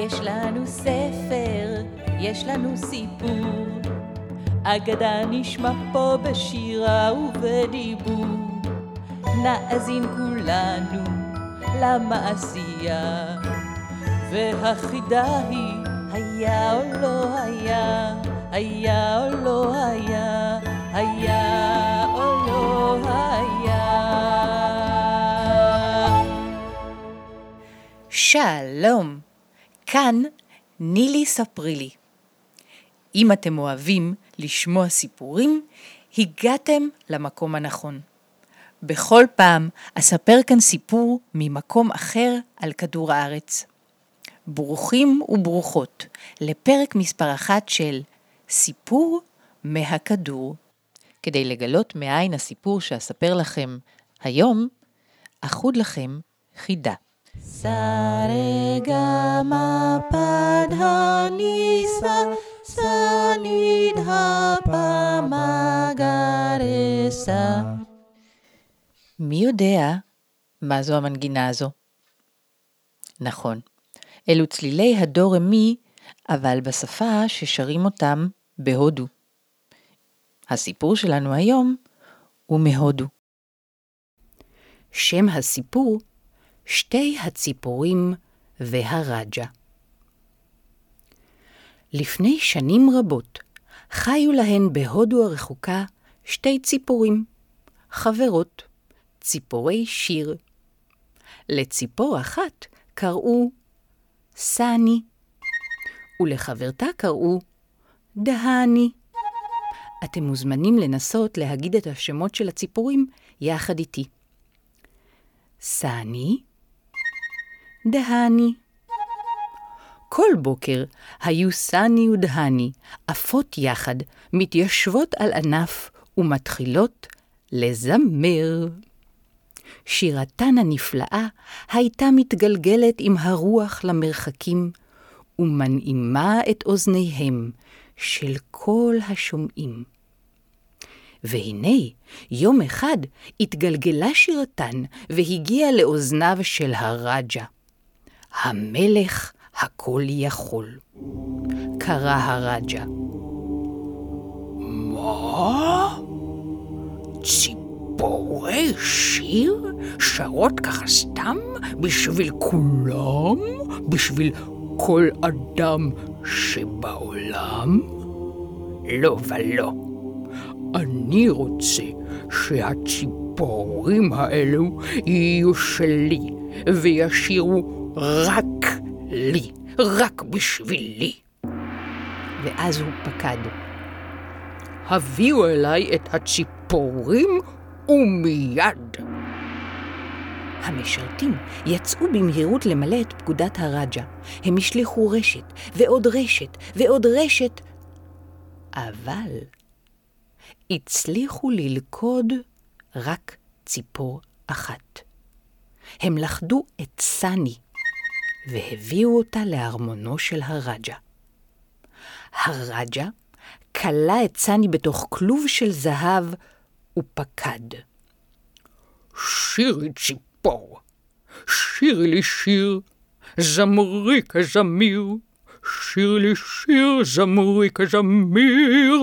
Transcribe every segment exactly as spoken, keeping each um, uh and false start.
יש לנו ספר, יש לנו סיפור, אגדה נשמע פה בשירה ובדיבור. נאזין כולנו למעשייה, והחידה היא היה או לא היה, היה או לא היה, היה או לא היה. שלום, כאן נילי ספרי לי. אם אתם אוהבים לשמוע סיפורים, הגעתם למקום הנכון. בכל פעם אספר כאן סיפור ממקום אחר על כדור הארץ. ברוכים וברוכות לפרק מספר אחת של סיפור מהכדור. כדי לגלות מאין הסיפור שאספר לכם היום, אחוד לכם חידה. סרגמה פדהניסה סנידהה פמגרסה. מי יודע מה זו המנגינה הזו? נכון, אלו צלילי הדו רמי, אבל בשפה ששרים אותם בהודו. הסיפור שלנו היום הוא מהודו. שם הסיפור, שתי הציפורים והרג'ה. לפני שנים רבות חיו להן בהודו הרחוקה שתי ציפורים, חברות, ציפורי שיר. לציפור אחת קראו סני, ולחברתה קראו דהני. אתם מוזמנים לנסות להגיד את השמות של הציפורים יחד איתי. סני, דהני. כל בוקר היו סני ודהני עפות יחד, מתיישבות על ענף ומתחילות לזמר. שירתן הנפלאה הייתה מתגלגלת עם הרוח למרחקים, ומנעימה את אוזניהם של כל השומעים. והנה, יום אחד התגלגלה שירתן והגיעה לאוזניו של הרג'ה. המלך הכל יכול. קרא הרג'ה. מה? ציפורי שיר שרות ככה סתם בשביל כולם? בשביל כל אדם שבעולם? לא ולא. אני רוצה שהציפורים האלו יהיו שלי וישירו רק לי, רק בשבילי. ואז הוא פקד. הביאו אליי את הציפורים ומיד. המשרתים יצאו במהירות למלא את פקודת הרג'ה. הם השליחו רשת ועוד רשת ועוד רשת, אבל הצליחו ללכוד רק ציפור אחת. הם לכדו את סני והביאו אותה לארמונו של הרג'ה. הרג'ה קלה את סני בתוך כלוב של זהב ופקד. שירי ציפור, שירי לי שיר, זמרי כזמיר, שיר לי שיר, זמרי כזמיר.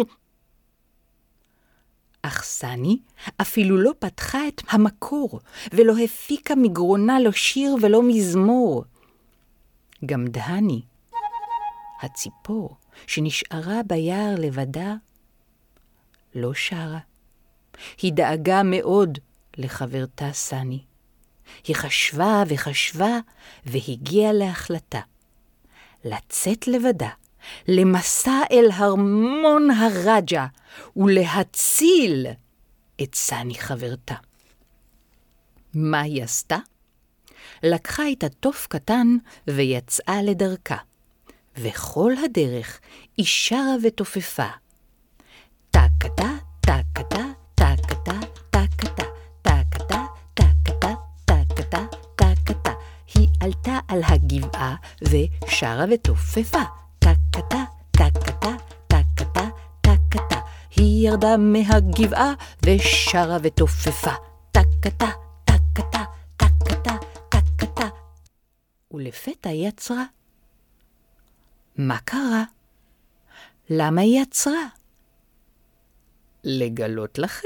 אך סני אפילו לא פתחה את המקור, ולא הפיקה מגרונה לא שיר ולא מזמור. גם דהני, הציפור שנשארה ביער לבדה, לא שרה. היא דאגה מאוד לחברתה סני. היא חשבה וחשבה והגיעה להחלטה. לצאת לבדה, למסע אל ארמון הרג'ה, ולהציל את סני חברתה. מה היא עשתה? לקחה איתה תוף קטן ויצאה לדרכה. וכל הדרך היא שרה ותופפה. טקטה, טקטה, טקטה, טקטה, טקטה, טקטה, טקטה, טקטה. היא עלתה על הגבעה ושרה ותופפה. טקטה, טקטה, טקטה, טקטה. היא ירדה מהגבעה ושרה ותופפה. טקטה, טקטה, טקטה, טקטה. ולפתע יצרה מה קרה? למה היא עצרה? לגלות לכם?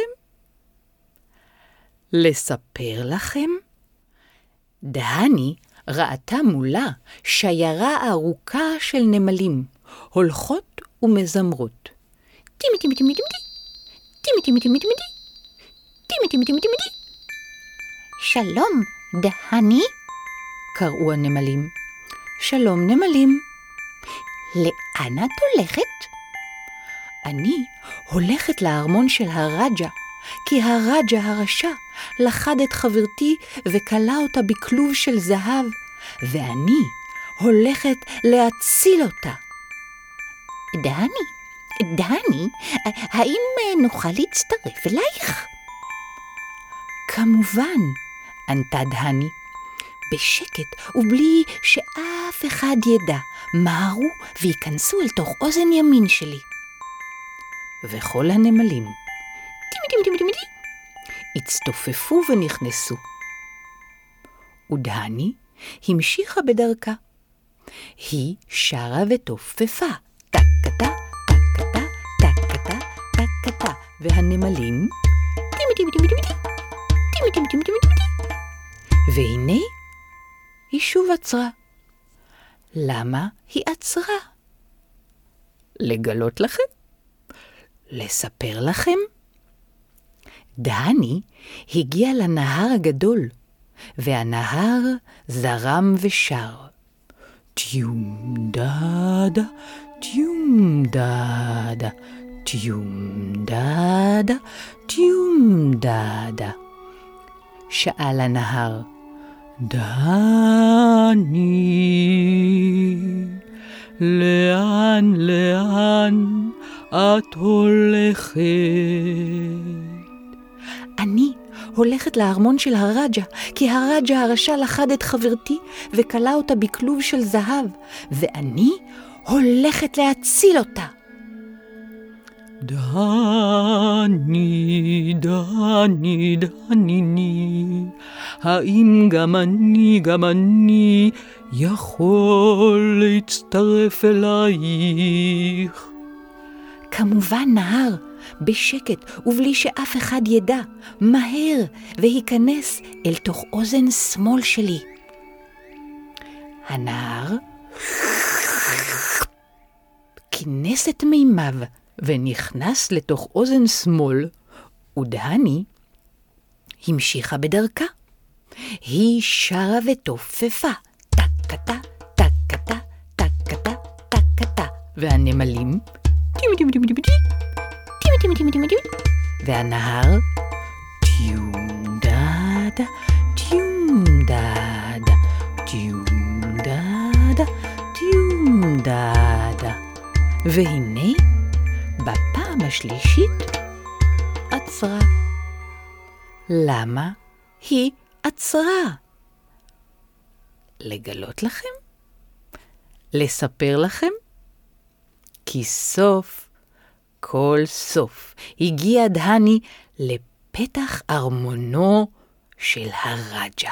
לספר לכם? דהני ראתה מולה שיירה ארוכה של נמלים, הולכות ומזמרות. טימי טימי טימי טימי טימי טימי טימי טימי טימי טימי טימי טימי. שלום, דהני, קראו הנמלים. שלום נמלים. לאן את הולכת? אני הולכת לארמון של הרג'ה, כי הרג'ה הרשע לחד את חברתי וקלה אותה בכלוב של זהב, ואני הולכת להציל אותה. דהני, דהני, האם נוכל להצטרף אלייך? כמובן, ענתה דהני, בשקט ובלי שאף אחד ידע, מהרו וייכנסו אל תוך אוזן ימין שלי. וכל הנמלים, טימי טימי טימי טימי טימי, הצטופפו ונכנסו. ודהני המשיכה בדרכה. היא שרה ותופפה, טקטה, טקטה, טקטה, טקטה, והנמלים, טימי טימי טימי טימי טימי טימי טימי טימי טימי. והנה היא שוב עצרה. למה היא עצרה? לגלות לכם? לספר לכם? דהני הגיע לנהר הגדול, והנהר זרם ושר. טיום דדה, טיום דדה, טיום דדה, טיום דדה. שאל הנהר, דני, לאן, לאן את הולכת? אני הולכת לארמון של הרג'ה, כי הרג'ה הרשע לחד את חברתי וקלה אותה בכלוב של זהב, ואני הולכת להציל אותה. דני, דני, דני, האם גם אני, גם אני יכול להצטרף אלייך? כמובן נהר, בשקט ובלי שאף אחד ידע, מהר והיכנס אל תוך אוזן שמאל שלי. הנהר כינס את מימיו ונכנס לתוך אוזן שמאל, ודהני המשיכה בדרכה. היא שרה ותופפה, טקטה, טקטה, טקטה, טקטה, והנמלים, טימי טימי טימי טימי טימי, טימי טימי טימי טימי טימי, והנהר, טיום דדה, טיום דדה, טיום דדה, טיום דדה. והנה, בפעם השלישית עצרה. למה היא עצרה? לגלות לכם? לספר לכם? כי סוף כל סוף הגיע דהני לפתח ארמונו של הרג'ה.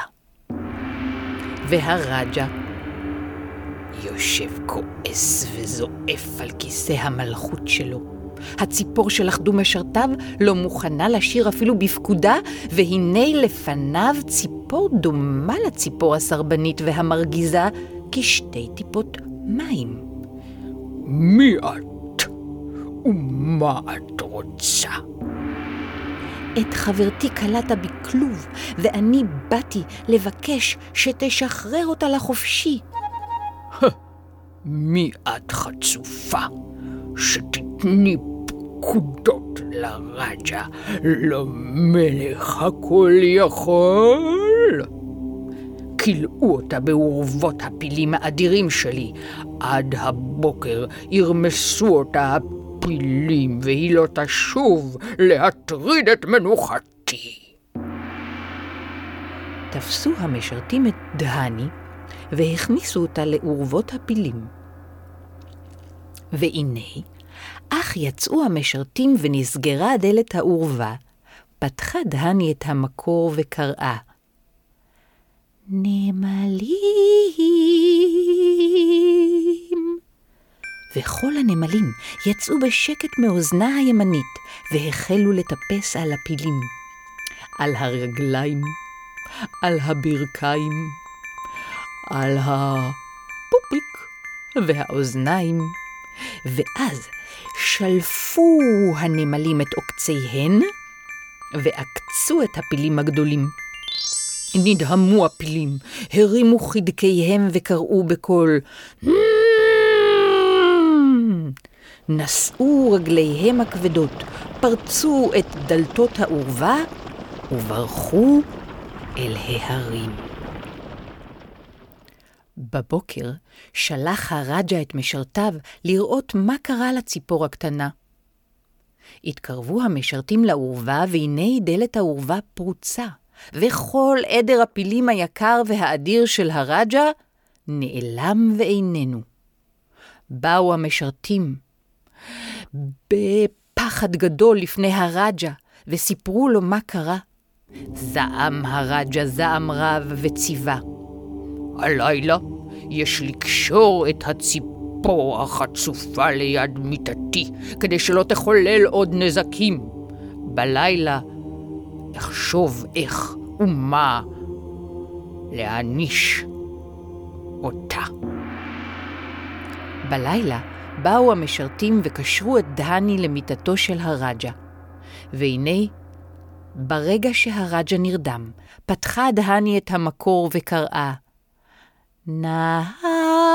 והרג'ה יושב כועס וזועף על כיסא המלכות שלו. הציפור שלכדו משרתיו לא מוכנה לשיר אפילו בפקודה, והנה לפניו ציפור דומה לציפור הסרבנית והמרגיזה כשתי טיפות מים. מי את? ומה את רוצה? את חברתי קלעת בכלוב, ואני באתי לבקש שתשחרר אותה לחופשי. מי את חצופה? שתתני פקודות לרג'ה, למלך הכל יכול? קילעו אותה בעורבות הפילים האדירים שלי. עד הבוקר ירמסו אותה הפילים, והיא לא תשוב להטריד את מנוחתי. תפסו המשרתים את דהני והכניסו אותה לעורבות הפילים. והנה, אך יצאו המשרתים ונסגרה דלת העורבה, פתחה דהני את המקור וקראה, נמלים, וכל הנמלים יצאו בשקט מאוזנה הימנית, והחלו לטפס על הפילים. על הרגליים, על הברכיים, על הפופיק והאוזניים, ואז שלפו הנמלים את עוקציהן, ועקצו את הפילים הגדולים. נדהמו הפילים, הרימו חדקיהם וקראו בקול, נשאו רגליהם הכבדות, פרצו את דלתות העורבה, וברחו אל ההרים. בבוקר שלח הרג'ה את משרתיו לראות מה קרה לציפור הקטנה. התקרבו המשרתים לעורבה, והנה דלת העורבה פרוצה, וכל עדר הפילים היקר והאדיר של הרג'ה נעלם ואיננו. באו המשרתים בפחד גדול לפני הרג'ה, וסיפרו לו מה קרה. זעם הרג'ה זעם רב וציווה, הלילה יש לקשור את הציפור החצופה ליד מיטתי, כדי שלא תחולל עוד נזקים. בלילה אחשוב איך ומה להעניש אותה. בלילה באו המשרתים וקשרו את דהני למיטתו של הרג'ה. והנה, ברגע שהרג'ה נרדם, פתחה דהני את המקור וקראה, נהר.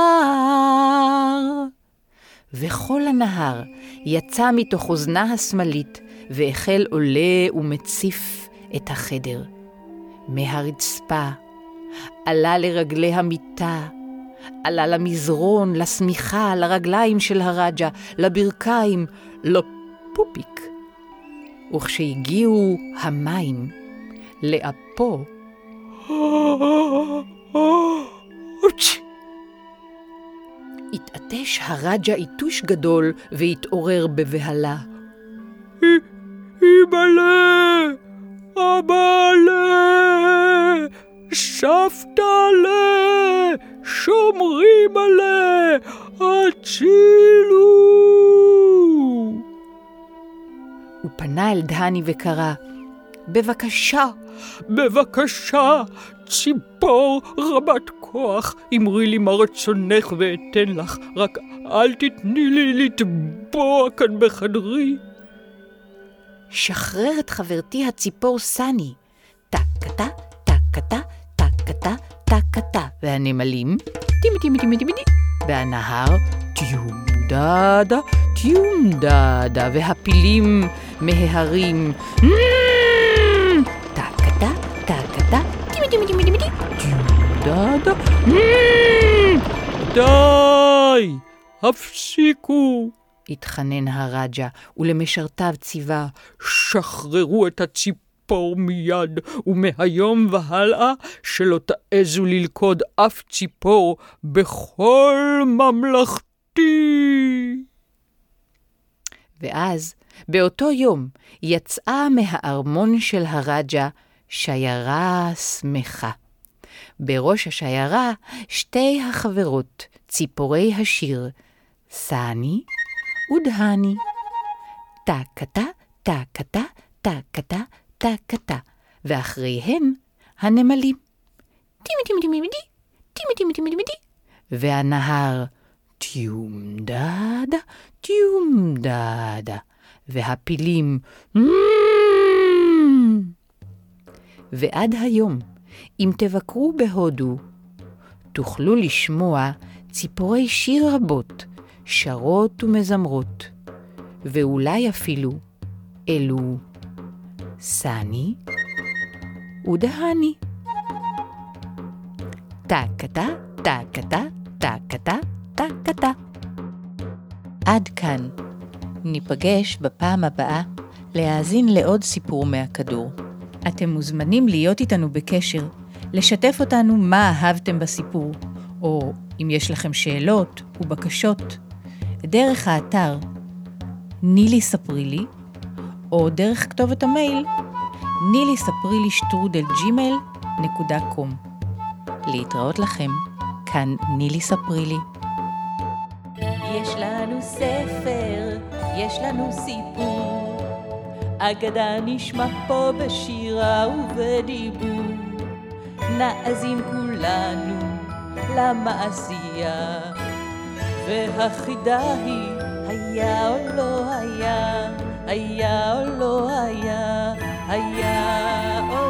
וכל הנהר יצא מתוך אוזנה השמאלית, והחל עולה ומציף את החדר. מהרצפה, עלה לרגלי המיטה, עלה למזרון, לשמיכה, לרגליים של הרג'ה, לברכיים, לפופיק. וכשהגיעו המים לאפו, התעטש הרג'ה איתוש גדול והתעורר בבהלה. אימא'לה, אבא'לה, סבתא'לה, שומרים עלה, הצילו. הוא פנה אל דהני וקרא, בבקשה, בבקשה, ציפור רבת כוח, אמרי לי מה רצונך ואתן לך, רק אל תתני לי לטבוע כאן בחדרי. שחרר את חברתי הציפור סני. טקטה, טקטה, טקטה, טקטה. והנמלים, טימי טימי טימי טימי טימי. והנהר, טיום דדה, טיום דדה. והפילים מההרים, טקטה, טקטה, טימי טימי טימי טימי טימי. טיום דדה. די, הפסיקו. התחנן הרג'ה, ולמשרתיו ציווה, שחררו את הציפור מיד, ומהיום והלאה שלא תעזו ללכוד אף ציפור בכל ממלכתי. ואז, באותו יום, יצאה מהארמון של הרג'ה שיירה שמחה. בראש השיירה שתי החברות, ציפורי השיר, סני ודהני. טקטה, טקטה, טקטה, טקטה. ואחריהם הנמלים. טימי טימי טימי טימי, טימי טימי טימי טימי. והנהר, טיום דדה, טיום דדה. והפילים, ועד היום, אם תבקרו בהודו, תוכלו לשמוע ציפורי שיר רבות, שרות ומזמרות, ואולי אפילו אלו סני ודהני. טקטה, טקטה, טקטה, טקטה. עד כאן. ניפגש בפעם הבאה להאזין לעוד סיפור מהכדור. אתם מוזמנים להיות איתנו בקשר, לשתף אותנו מה אהבתם בסיפור, או אם יש לכם שאלות ובקשות, דרך האתר נילי ספרי לי, או דרך כתובת המייל נילי ספרי לי שטרודל ג'ימייל נקודה קום. להתראות לכם, כאן נילי ספרי לי. יש לנו ספר, יש לנו סיפור, אגדה נשמע פה בשירה ובדיבור. נאזין כולנו למעשייה, והחידה היא היה או לא היה, היה או לא היה, היה או